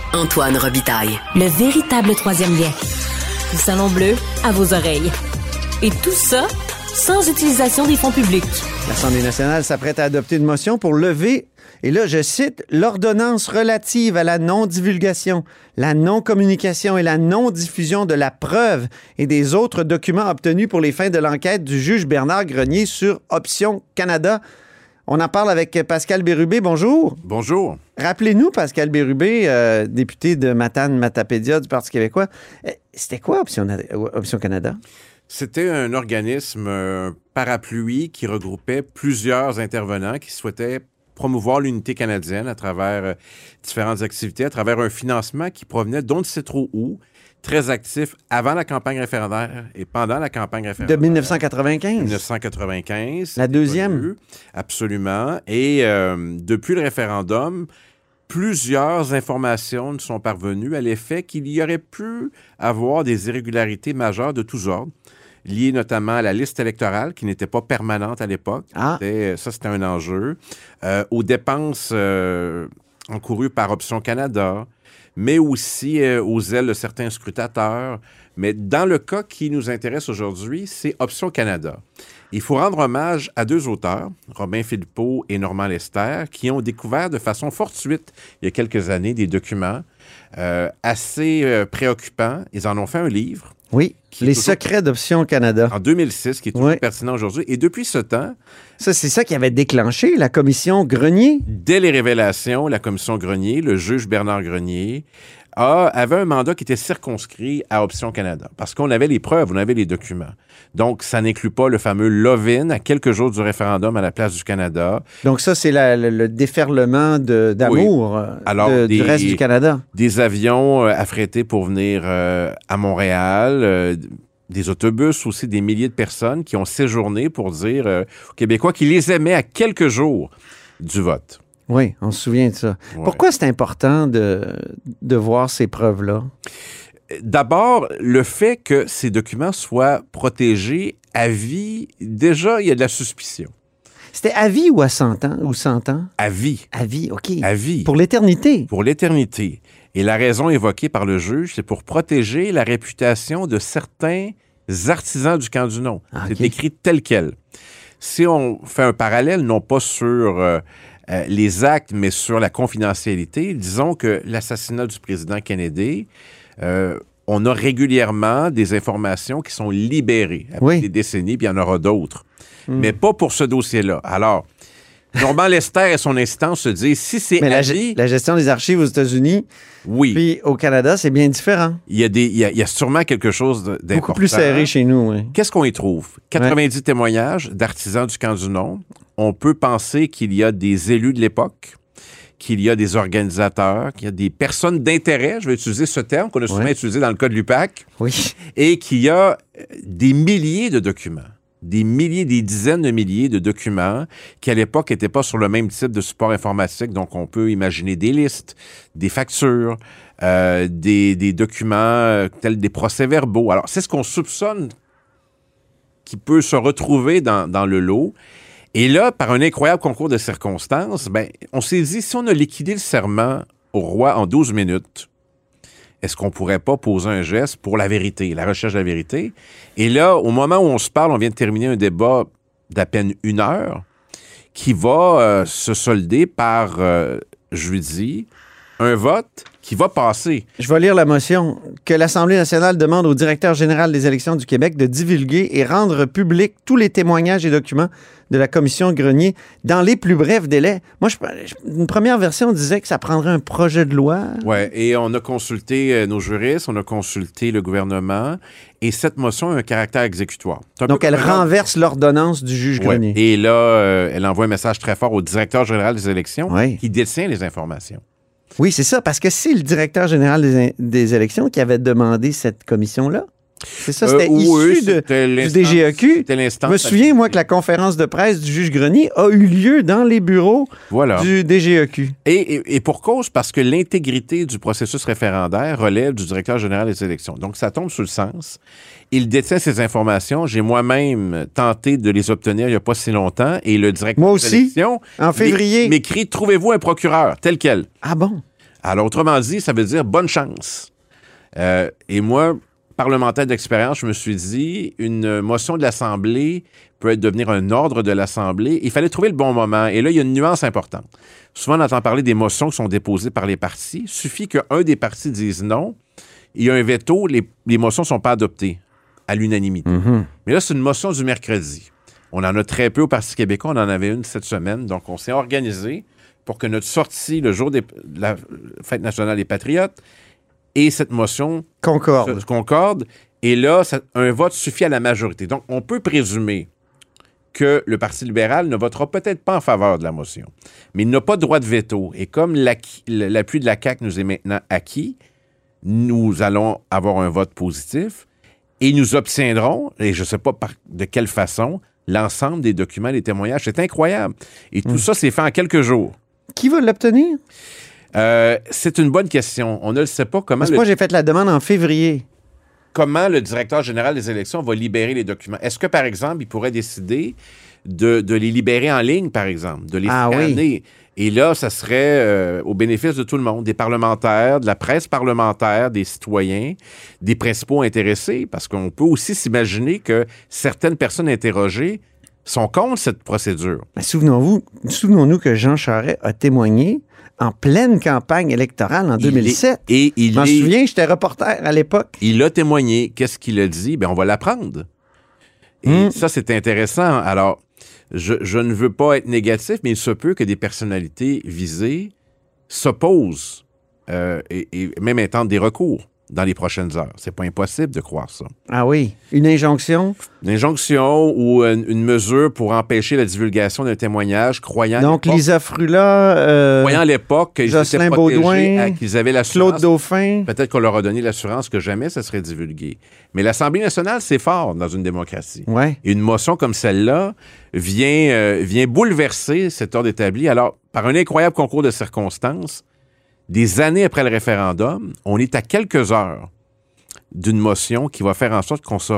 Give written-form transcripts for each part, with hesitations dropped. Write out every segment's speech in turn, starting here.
Antoine Robitaille. Le véritable troisième lien. Le Salon Bleu à vos oreilles. Et tout ça sans utilisation des fonds publics. L'Assemblée nationale s'apprête à adopter une motion pour lever, et là je cite, l'ordonnance relative à la non-divulgation, la non-communication et la non-diffusion de la preuve et des autres documents obtenus pour les fins de l'enquête du juge Bernard Grenier sur Option Canada. On en parle avec Pascal Bérubé. Bonjour. Bonjour. Rappelez-nous, Pascal Bérubé, député de Matane-Matapédia du Parti québécois, c'était quoi Option Canada? C'était un organisme parapluie qui regroupait plusieurs intervenants qui souhaitaient promouvoir l'unité canadienne à travers différentes activités, à travers un financement qui provenait d'on ne sait trop où, très actif avant la campagne référendaire et pendant la campagne référendaire. De 1995? 1995. La deuxième? Absolument. Et depuis le référendum, plusieurs informations nous sont parvenues à l'effet qu'il y aurait pu avoir des irrégularités majeures de tous ordres, liées notamment à la liste électorale, qui n'était pas permanente à l'époque. Ça, c'était un enjeu. Aux dépenses encourues par Option Canada, mais aussi aux ailes de certains scrutateurs. Mais dans le cas qui nous intéresse aujourd'hui, c'est Option Canada. Il faut rendre hommage à deux auteurs, Robin Philpot et Normand Lester, qui ont découvert de façon fortuite, il y a quelques années, des documents assez préoccupants. Ils en ont fait un livre. Oui, Les secrets d'Option Canada. En 2006, qui est toujours pertinent aujourd'hui. Et depuis ce temps... Ça, c'est ça qui avait déclenché la commission Grenier. Dès les révélations, la commission Grenier, le juge Bernard Grenier, avait un mandat qui était circonscrit à Option Canada. Parce qu'on avait les preuves, on avait les documents. Donc, ça n'inclut pas le fameux Lovin à quelques jours du référendum à la place du Canada. Donc ça, c'est le déferlement d'amour du reste du Canada. Des avions affrétés pour venir à Montréal, des autobus aussi, des milliers de personnes qui ont séjourné pour dire aux Québécois qu'ils les aimaient à quelques jours du vote. Oui, on se souvient de ça. Ouais. Pourquoi c'est important de voir ces preuves-là? D'abord, le fait que ces documents soient protégés à vie, déjà, il y a de la suspicion. C'était à vie ou à 100 ans? Ou 100 ans? À vie. À vie, OK. À vie. Pour l'éternité? Pour l'éternité. Et la raison évoquée par le juge, c'est pour protéger la réputation de certains artisans du camp du non. Ah, okay. C'est écrit tel quel. Si on fait un parallèle, non pas sur... les actes, mais sur la confidentialité, disons que l'assassinat du président Kennedy, on a régulièrement des informations qui sont libérées après des décennies, puis il y en aura d'autres. Mais pas pour ce dossier-là. Alors, Normand Lester et son instance se disent, si c'est mais la gestion des archives aux États-Unis, puis au Canada, c'est bien différent. Il y a sûrement quelque chose d'important. Beaucoup plus serré chez nous, oui. Qu'est-ce qu'on y trouve? 90 témoignages d'artisans du camp du non. On peut penser qu'il y a des élus de l'époque, qu'il y a des organisateurs, qu'il y a des personnes d'intérêt, je vais utiliser ce terme qu'on a souvent utilisé dans le cas de l'UPAC, et qu'il y a des milliers de documents. Des dizaines de milliers de documents qui, à l'époque, n'étaient pas sur le même type de support informatique. Donc, on peut imaginer des listes, des factures, des documents tels des procès-verbaux. Alors, c'est ce qu'on soupçonne qui peut se retrouver dans le lot. Et là, par un incroyable concours de circonstances, on s'est dit, si on a liquidé le serment au roi en 12 minutes, est-ce qu'on pourrait pas poser un geste pour la vérité, la recherche de la vérité? Et là, au moment où on se parle, on vient de terminer un débat d'à peine 1 heure qui va se solder par, je lui dis, un vote qui va passer. Je vais lire la motion. Que l'Assemblée nationale demande au directeur général des élections du Québec de divulguer et rendre public tous les témoignages et documents de la commission Grenier dans les plus brefs délais. Moi, une première version disait que ça prendrait un projet de loi. Oui, et on a consulté nos juristes, on a consulté le gouvernement, et cette motion a un caractère exécutoire. Donc, elle renverse l'ordonnance du juge Grenier. Et là, elle envoie un message très fort au directeur général des élections qui détient les informations. Oui, c'est ça, parce que c'est le directeur général des élections qui avait demandé cette commission-là. C'est ça, c'était issu du DGEQ. Je me souviens, moi, que la conférence de presse du juge Grenier a eu lieu dans les bureaux du DGEQ. Et pour cause, parce que l'intégrité du processus référendaire relève du directeur général des élections. Donc, ça tombe sous le sens. Il détient ces informations. J'ai moi-même tenté de les obtenir il n'y a pas si longtemps. Et le directeur des élections en février, m'écrit « Trouvez-vous un procureur tel quel. » Ah bon? Alors, autrement dit, ça veut dire bonne chance. Et moi, parlementaire d'expérience, je me suis dit, une motion de l'Assemblée peut devenir un ordre de l'Assemblée. Il fallait trouver le bon moment. Et là, il y a une nuance importante. Souvent, on entend parler des motions qui sont déposées par les partis. Il suffit qu'un des partis dise non. Il y a un veto, les motions ne sont pas adoptées à l'unanimité. Mm-hmm. Mais là, c'est une motion du mercredi. On en a très peu au Parti québécois. On en avait une cette semaine. Donc, on s'est organisé pour que notre sortie, le jour de la Fête nationale des Patriotes, et cette motion concorde. Et là, un vote suffit à la majorité. Donc, on peut présumer que le Parti libéral ne votera peut-être pas en faveur de la motion. Mais il n'a pas de droit de veto. Et comme l'appui de la CAQ nous est maintenant acquis, nous allons avoir un vote positif et nous obtiendrons, et je ne sais pas de quelle façon, l'ensemble des documents, des témoignages. C'est incroyable. Et tout ça, c'est fait en quelques jours. Qui va l'obtenir? C'est une bonne question. On ne le sait pas comment... Parce que moi, j'ai fait la demande en février. Comment le directeur général des élections va libérer les documents? Est-ce que, par exemple, il pourrait décider de les libérer en ligne, par exemple, de les scanner? Oui. Et là, ça serait au bénéfice de tout le monde, des parlementaires, de la presse parlementaire, des citoyens, des principaux intéressés, parce qu'on peut aussi s'imaginer que certaines personnes interrogées sont contre cette procédure. Mais souvenons-nous que Jean Charest a témoigné en pleine campagne électorale en 2007. Je m'en souviens, j'étais reporter à l'époque. Il a témoigné. Qu'est-ce qu'il a dit? Bien, on va l'apprendre. Et ça, c'est intéressant. Alors, je ne veux pas être négatif, mais il se peut que des personnalités visées s'opposent et même intentent des recours dans les prochaines heures. C'est pas impossible de croire ça. Ah oui? Une injonction? Une injonction ou une mesure pour empêcher la divulgation d'un témoignage, croyant... Donc, Lisa Frula... croyant à l'époque qu'ils étaient protégés, qu'ils avaient l'assurance... Claude Dauphin... Peut-être qu'on leur a donné l'assurance que jamais ça serait divulgué. Mais l'Assemblée nationale, c'est fort dans une démocratie. Ouais. Et une motion comme celle-là vient bouleverser cet ordre établi. Alors, par un incroyable concours de circonstances, des années après le référendum, on est à quelques heures d'une motion qui va faire en sorte qu'on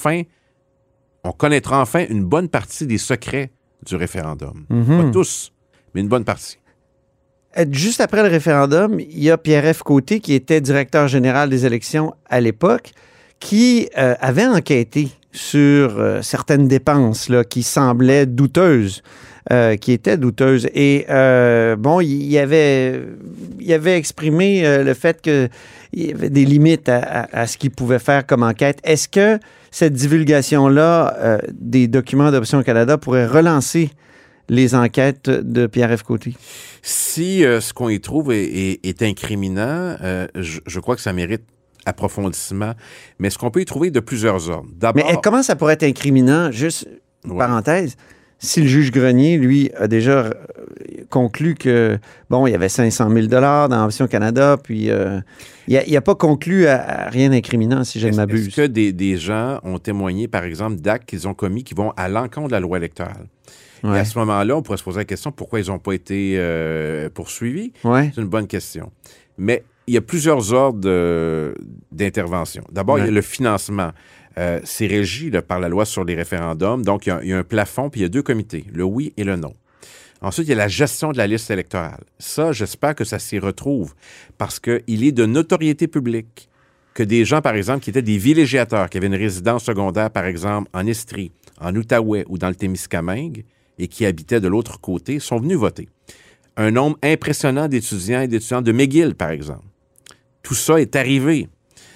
connaîtra enfin une bonne partie des secrets du référendum. Mm-hmm. Pas tous, mais une bonne partie. Juste après le référendum, il y a Pierre-F. Côté, qui était directeur général des élections à l'époque, qui avait enquêté sur certaines dépenses là, qui semblaient douteuses. Qui étaient douteuses. Et il avait exprimé le fait qu'il y avait des limites à ce qu'il pouvait faire comme enquête. Est-ce que cette divulgation-là des documents d'Option Canada pourrait relancer les enquêtes de Pierre-F. Côté? Si ce qu'on y trouve est incriminant, je crois que ça mérite approfondissement. Mais ce qu'on peut y trouber de plusieurs ordres. D'abord, mais comment ça pourrait être incriminant? Juste, parenthèse, si le juge Grenier, lui, a déjà conclu que, il y avait 500 000 dans Option Canada, puis il n'a pas conclu à rien d'incriminant, si je ne m'abuse. Est-ce que des gens ont témoigné, par exemple, d'actes qu'ils ont commis qui vont à l'encontre de la loi électorale? Ouais. Et à ce moment-là, on pourrait se poser la question, pourquoi ils n'ont pas été poursuivis? Ouais. C'est une bonne question. Mais il y a plusieurs ordres d'intervention. D'abord, il y a le financement. C'est régi par la loi sur les référendums. Donc, il y a un plafond, puis il y a deux comités, le oui et le non. Ensuite, il y a la gestion de la liste électorale. Ça, j'espère que ça s'y retrouve parce qu'il est de notoriété publique que des gens, par exemple, qui étaient des villégiateurs, qui avaient une résidence secondaire, par exemple, en Estrie, en Outaouais ou dans le Témiscamingue et qui habitaient de l'autre côté, sont venus voter. Un nombre impressionnant d'étudiants et d'étudiantes de McGill, par exemple. Tout ça est arrivé.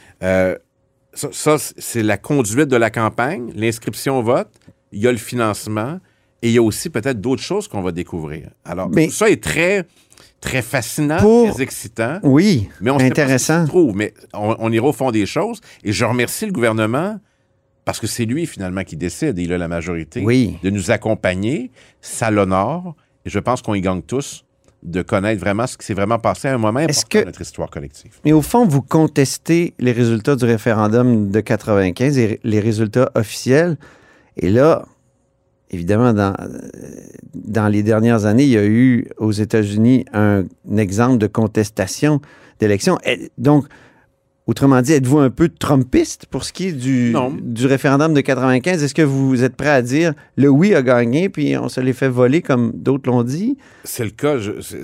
Ça, c'est la conduite de la campagne, l'inscription au vote, il y a le financement et il y a aussi peut-être d'autres choses qu'on va découvrir. Alors, tout ça est très, très fascinant, très excitant. Oui, mais on intéressant. Sait pas ce qu'il trouve, mais on ira au fond des choses et je remercie le gouvernement parce que c'est lui, finalement, qui décide et il a la majorité de nous accompagner. Ça l'honore et je pense qu'on y gagne tous de connaître vraiment ce qui s'est vraiment passé à un moment important de notre histoire collective. Mais au fond, vous contestez les résultats du référendum de 95 et les résultats officiels. Et là, évidemment, dans les dernières années, il y a eu aux États-Unis un exemple de contestation d'élections. Donc, Autrement dit, êtes-vous un peu trumpiste pour ce qui est du référendum de 95? Est-ce que vous êtes prêt à dire le oui a gagné, puis on se les fait voler comme d'autres l'ont dit? C'est le cas.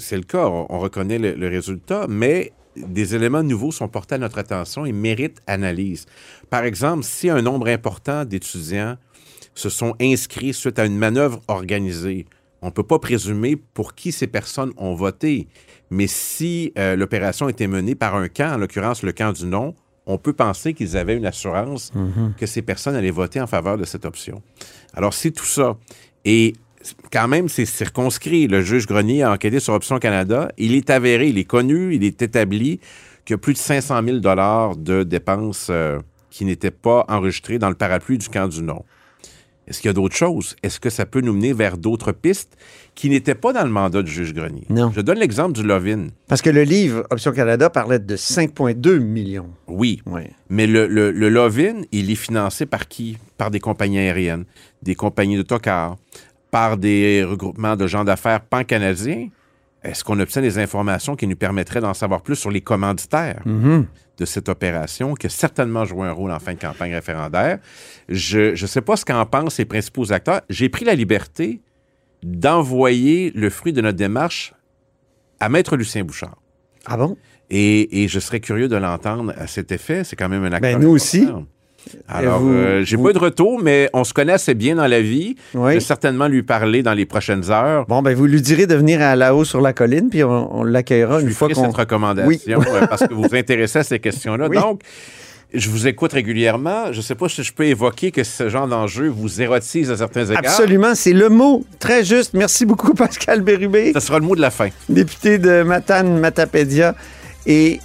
On reconnaît le résultat, mais des éléments nouveaux sont portés à notre attention et méritent analyse. Par exemple, si un nombre important d'étudiants se sont inscrits suite à une manœuvre organisée, on ne peut pas présumer pour qui ces personnes ont voté. Mais si l'opération a été menée par un camp, en l'occurrence le camp du non, on peut penser qu'ils avaient une assurance que ces personnes allaient voter en faveur de cette option. Alors, c'est tout ça. Et quand même, c'est circonscrit. Le juge Grenier a enquêté sur Option Canada. Il est avéré, il est connu, il est établi qu'il y a plus de 500 000 $ de dépenses qui n'étaient pas enregistrées dans le parapluie du camp du non. Est-ce qu'il y a d'autres choses? Est-ce que ça peut nous mener vers d'autres pistes qui n'étaient pas dans le mandat du juge Grenier? Non. Je donne l'exemple du Lovin. Parce que le livre Option Canada parlait de 5,2 millions. Oui, mais le Lovin, il est financé par qui? Par des compagnies aériennes, des compagnies d'autocars, par des regroupements de gens d'affaires pan-canadiens. Est-ce qu'on obtient des informations qui nous permettraient d'en savoir plus sur les commanditaires de cette opération, qui a certainement joué un rôle en fin de campagne référendaire? Je ne sais pas ce qu'en pensent les principaux acteurs. J'ai pris la liberté d'envoyer le fruit de notre démarche à Maître Lucien Bouchard. Ah bon? Et je serais curieux de l'entendre à cet effet. C'est quand même un acteur. Ben nous aussi. Alors, j'ai pas eu de retour, mais on se connaît assez bien dans la vie. Oui. Je vais certainement lui parler dans les prochaines heures. Bon, ben vous lui direz de venir à La Haut sur la colline, puis on l'accueillera une fois qu'on... cette recommandation, parce que vous vous intéressez à ces questions-là. Oui. Donc, je vous écoute régulièrement. Je ne sais pas si je peux évoquer que ce genre d'enjeu vous érotise à certains égards. Absolument, c'est le mot. Très juste. Merci beaucoup, Pascal Bérubé. Ça sera le mot de la fin. Député de Matane-Matapédia. Et...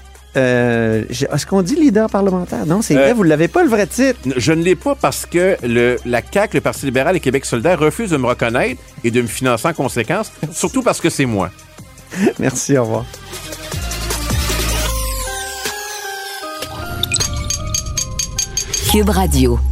est-ce qu'on dit leader parlementaire? Non, c'est vrai, vous ne l'avez pas, le vrai titre. Je ne l'ai pas parce que la CAQ, le Parti libéral et Québec solidaire refusent de me reconnaître et de me financer en conséquence, surtout parce que c'est moi. Merci, au revoir. Cube Radio.